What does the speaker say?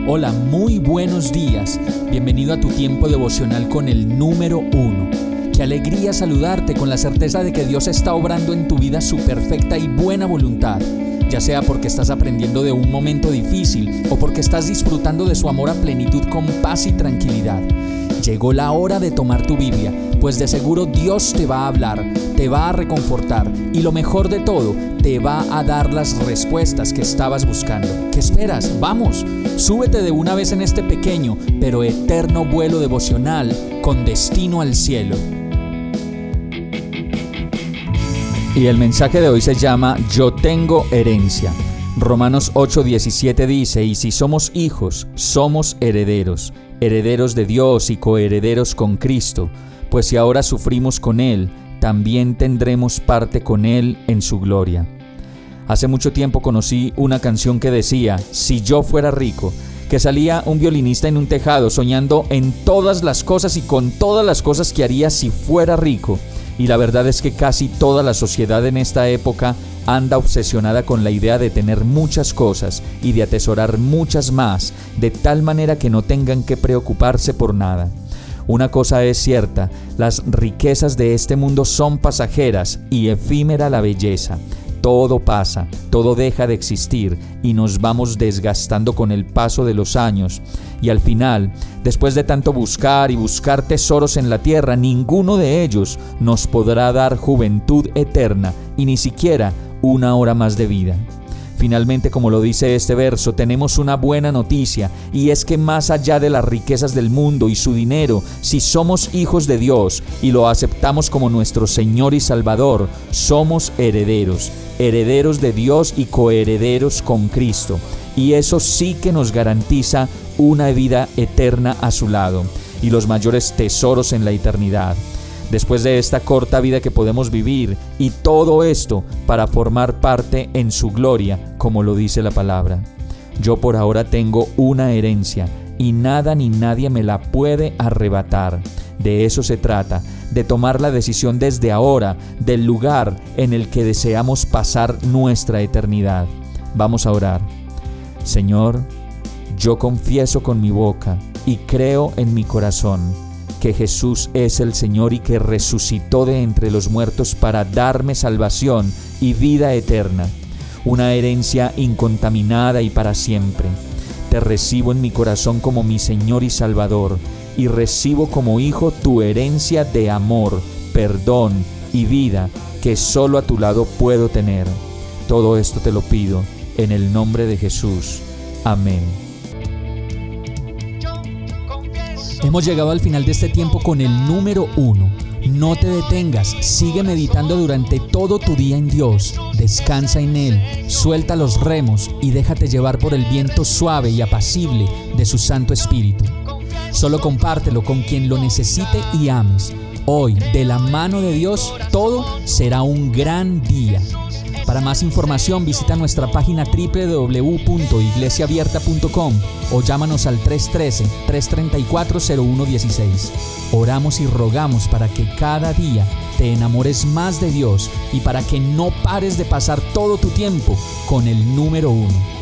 Hola, muy buenos días. Bienvenido a tu tiempo devocional con el número 1. Qué alegría saludarte con la certeza de que Dios está obrando en tu vida su perfecta y buena voluntad, ya sea porque estás aprendiendo de un momento difícil o porque estás disfrutando de su amor a plenitud con paz y tranquilidad. Llegó la hora de tomar tu Biblia, pues de seguro Dios te va a hablar, te va a reconfortar y lo mejor de todo, te va a dar las respuestas que estabas buscando. ¿Qué esperas? ¡Vamos! Súbete de una vez en este pequeño pero eterno vuelo devocional con destino al cielo. Y el mensaje de hoy se llama Yo tengo herencia. Romanos 8:17 dice: y si somos hijos, somos herederos, herederos de Dios y coherederos con Cristo, pues si ahora sufrimos con Él, también tendremos parte con Él en su gloria. Hace mucho tiempo conocí una canción que decía: si yo fuera rico, que salía un violinista en un tejado soñando en todas las cosas y con todas las cosas que haría si fuera rico. Y la verdad es que casi toda la sociedad en esta época anda obsesionada con la idea de tener muchas cosas y de atesorar muchas más, de tal manera que no tengan que preocuparse por nada. Una cosa es cierta: las riquezas de este mundo son pasajeras y efímera la belleza. Todo pasa, todo deja de existir y nos vamos desgastando con el paso de los años. Y al final, después de tanto buscar y buscar tesoros en la tierra, ninguno de ellos nos podrá dar juventud eterna y ni siquiera una hora más de vida. Finalmente, como lo dice este verso, tenemos una buena noticia, y es que más allá de las riquezas del mundo y su dinero, si somos hijos de Dios y lo aceptamos como nuestro Señor y Salvador, somos herederos, herederos de Dios y coherederos con Cristo. Y eso sí que nos garantiza una vida eterna a su lado y los mayores tesoros en la eternidad. Después de esta corta vida que podemos vivir, y todo esto para formar parte en su gloria, como lo dice la palabra. Yo por ahora tengo una herencia, y nada ni nadie me la puede arrebatar. De eso se trata, de tomar la decisión desde ahora, del lugar en el que deseamos pasar nuestra eternidad. Vamos a orar. Señor, yo confieso con mi boca y creo en mi corazón que Jesús es el Señor y que resucitó de entre los muertos para darme salvación y vida eterna, una herencia incontaminada y para siempre. Te recibo en mi corazón como mi Señor y Salvador, y recibo como hijo tu herencia de amor, perdón y vida que solo a tu lado puedo tener. Todo esto te lo pido en el nombre de Jesús. Amén. Hemos llegado al final de este tiempo con el número 1. No te detengas, sigue meditando durante todo tu día en Dios. Descansa en Él, suelta los remos y déjate llevar por el viento suave y apacible de su Santo Espíritu. Solo compártelo con quien lo necesite y ames. Hoy, de la mano de Dios, todo será un gran día. Para más información visita nuestra página www.iglesiaabierta.com o llámanos al 313-334-0116. Oramos y rogamos para que cada día te enamores más de Dios y para que no pares de pasar todo tu tiempo con el número 1.